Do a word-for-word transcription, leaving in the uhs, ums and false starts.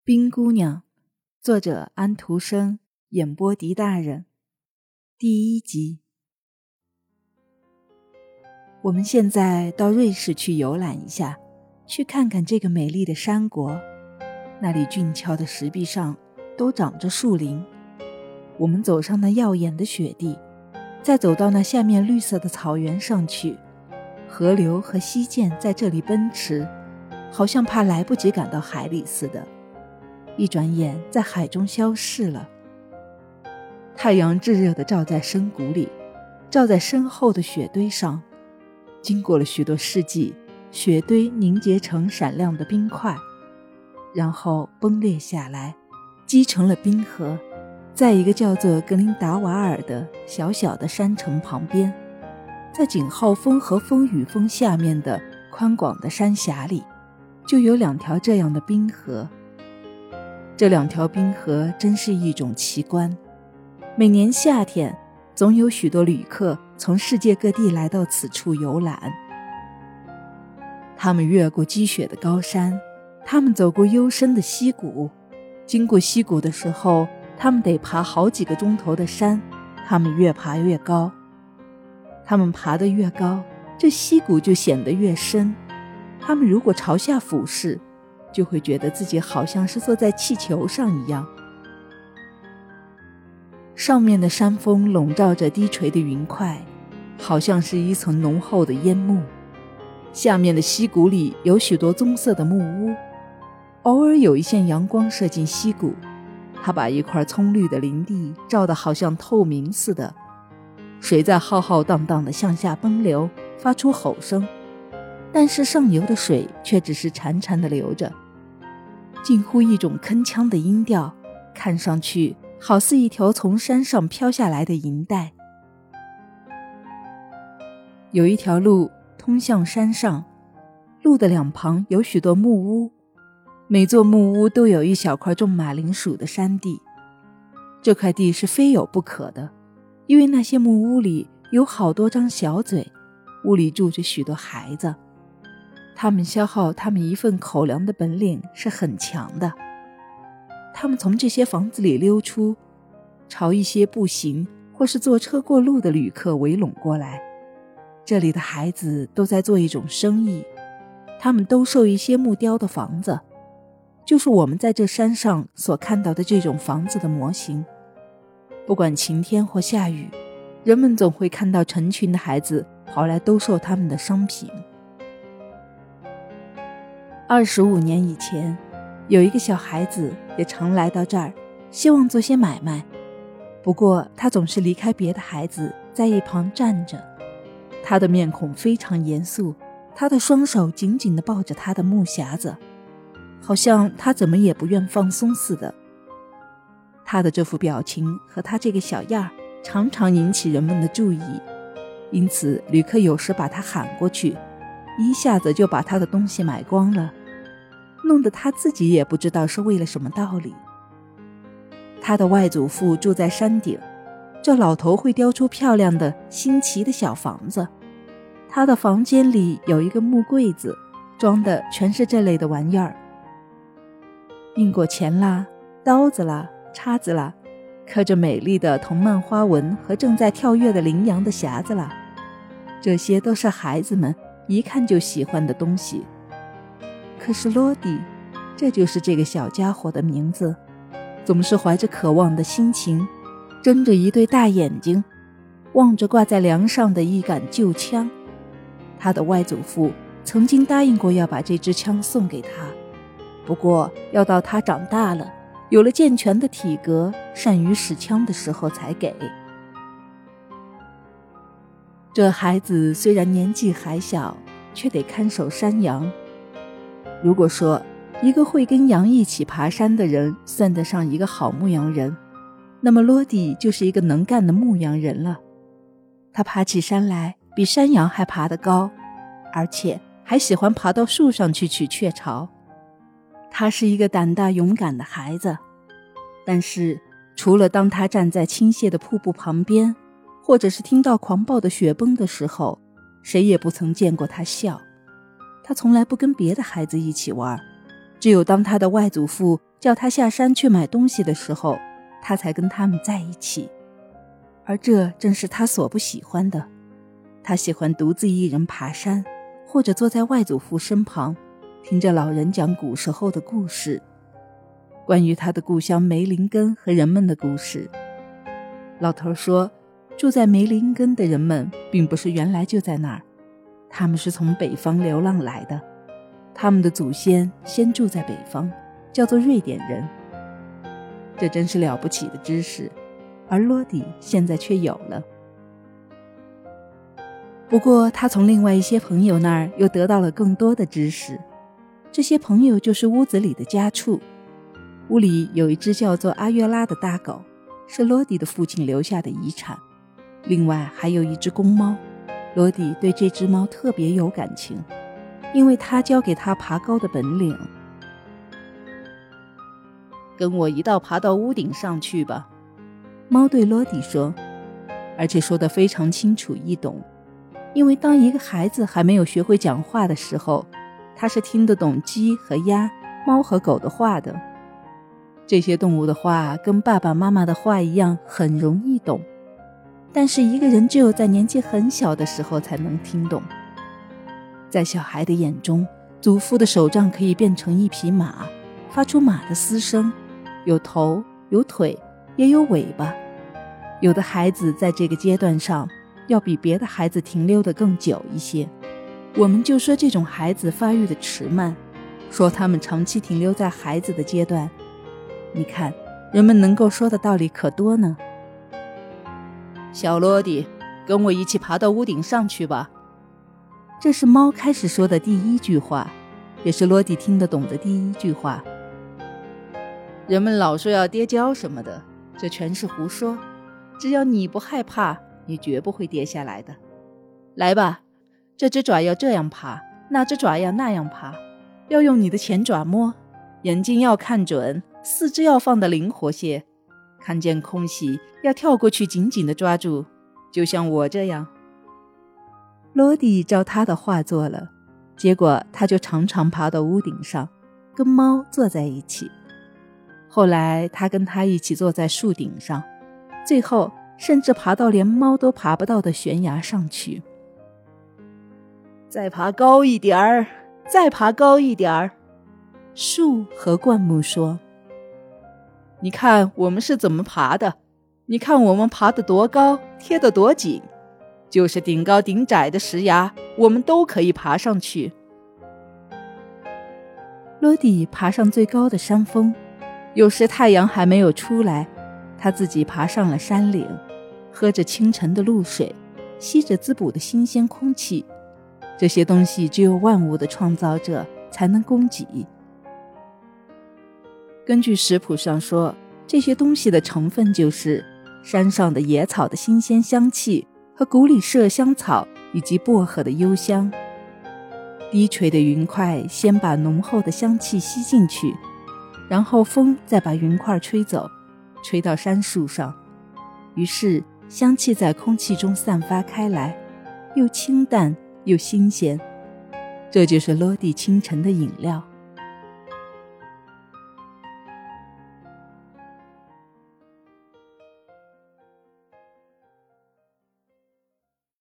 冰姑娘，作者安徒生，演播狄大人。第一集。我们现在到瑞士去游览一下，去看看这个美丽的山国。那里俊俏的石壁上都长着树林。我们走上那耀眼的雪地，再走到那下面绿色的草原上去。河流和溪涧在这里奔驰，好像怕来不及赶到海里似的。一转眼在海中消逝了。太阳炙热地照在深谷里，照在身后的雪堆上。经过了许多世纪，雪堆凝结成闪亮的冰块，然后崩裂下来，积成了冰河，在一个叫做格林达瓦尔的小小的山城旁边，在井号峰和风雨峰下面的宽广的山峡里，就有两条这样的冰河。这两条冰河真是一种奇观。每年夏天，总有许多旅客从世界各地来到此处游览。他们越过积雪的高山，他们走过幽深的溪谷，经过溪谷的时候，他们得爬好几个钟头的山，他们越爬越高。他们爬得越高，这溪谷就显得越深。他们如果朝下俯视，就会觉得自己好像是坐在气球上一样。上面的山峰笼罩着低垂的云块，好像是一层浓厚的烟幕。下面的溪谷里有许多棕色的木屋，偶尔有一线阳光射进溪谷，它把一块葱绿的林地照得好像透明似的。水在浩浩荡荡地向下奔流，发出吼声，但是上游的水却只是潺潺地流着，近乎一种铿锵的音调，看上去好似一条从山上飘下来的银带。有一条路通向山上，路的两旁有许多木屋，每座木屋都有一小块种马铃薯的山地。这块地是非有不可的，因为那些木屋里有好多张小嘴，屋里住着许多孩子。他们消耗他们一份口粮的本领是很强的。他们从这些房子里溜出，朝一些步行或是坐车过路的旅客围拢过来。这里的孩子都在做一种生意，他们兜售一些木雕的房子，就是我们在这山上所看到的这种房子的模型。不管晴天或下雨，人们总会看到成群的孩子跑来兜售他们的商品。二十五年以前，有一个小孩子也常来到这儿，希望做些买卖。不过他总是离开别的孩子，在一旁站着。他的面孔非常严肃，他的双手紧紧地抱着他的木匣子，好像他怎么也不愿放松似的。他的这副表情和他这个小样儿常常引起人们的注意，因此旅客有时把他喊过去，一下子就把他的东西买光了，弄得他自己也不知道是为了什么道理。他的外祖父住在山顶，这老头会雕出漂亮的新奇的小房子。他的房间里有一个木柜子，装的全是这类的玩意儿，硬果钳啦，刀子啦，叉子啦，刻着美丽的铜曼花纹和正在跳跃的羚羊的匣子啦，这些都是孩子们一看就喜欢的东西。可是罗迪，这就是这个小家伙的名字，总是怀着渴望的心情，睁着一对大眼睛，望着挂在梁上的一杆旧枪。他的外祖父曾经答应过要把这支枪送给他，不过要到他长大了，有了健全的体格，善于使枪的时候才给。这孩子虽然年纪还小，却得看守山羊。如果说一个会跟羊一起爬山的人算得上一个好牧羊人，那么罗迪就是一个能干的牧羊人了。他爬起山来比山羊还爬得高，而且还喜欢爬到树上去取雀巢。他是一个胆大勇敢的孩子，但是除了当他站在倾泻的瀑布旁边，或者是听到狂暴的雪崩的时候，谁也不曾见过他笑。他从来不跟别的孩子一起玩， 只有当他的外祖父叫他下山去买东西的时候，他才跟他们在一起。而这正是他所不喜欢的。他喜欢独自一人爬山，或者坐在外祖父身旁，听着老人讲古时候的故事，关于他的故乡梅林根和人们的故事。老头说，住在梅林根的人们并不是原来就在那儿，他们是从北方流浪来的，他们的祖先先住在北方，叫做瑞典人。这真是了不起的知识，而罗迪现在却有了。不过他从另外一些朋友那儿又得到了更多的知识，这些朋友就是屋子里的家畜。屋里有一只叫做阿约拉的大狗，是罗迪的父亲留下的遗产。另外还有一只公猫，罗迪对这只猫特别有感情，因为它教给他爬高的本领。跟我一道爬到屋顶上去吧，猫对罗迪说，而且说得非常清楚易懂。因为当一个孩子还没有学会讲话的时候，他是听得懂鸡和鸭、猫和狗的话的。这些动物的话跟爸爸妈妈的话一样很容易懂，但是一个人只有在年纪很小的时候才能听懂。在小孩的眼中，祖父的手杖可以变成一匹马，发出马的嘶声，有头有腿也有尾巴。有的孩子在这个阶段上要比别的孩子停留得更久一些，我们就说这种孩子发育的迟慢，说他们长期停留在孩子的阶段。你看，人们能够说的道理可多呢。小罗迪，跟我一起爬到屋顶上去吧。这是猫开始说的第一句话，也是罗迪听得懂的第一句话。人们老说要跌跤什么的，这全是胡说，只要你不害怕，你绝不会跌下来的。来吧，这只爪要这样爬，那只爪要那样爬，要用你的前爪摸，眼睛要看准，四肢要放得灵活些，看见空隙要跳过去紧紧地抓住，就像我这样。罗迪照他的话做了，结果他就常常爬到屋顶上，跟猫坐在一起。后来他跟他一起坐在树顶上，最后甚至爬到连猫都爬不到的悬崖上去。再爬高一点儿，再爬高一点儿，树和灌木说。你看我们是怎么爬的，你看我们爬得多高，贴得多紧，就是顶高顶窄的石崖，我们都可以爬上去。罗迪爬上最高的山峰，有时太阳还没有出来，他自己爬上了山岭，喝着清晨的露水，吸着滋补的新鲜空气。这些东西只有万物的创造者才能供给。根据食谱上说，这些东西的成分就是山上的野草的新鲜香气和谷里麝香草以及薄荷的幽香。低垂的云块先把浓厚的香气吸进去，然后风再把云块吹走，吹到杉树上，于是香气在空气中散发开来，又清淡又新鲜。这就是罗迪清晨的饮料。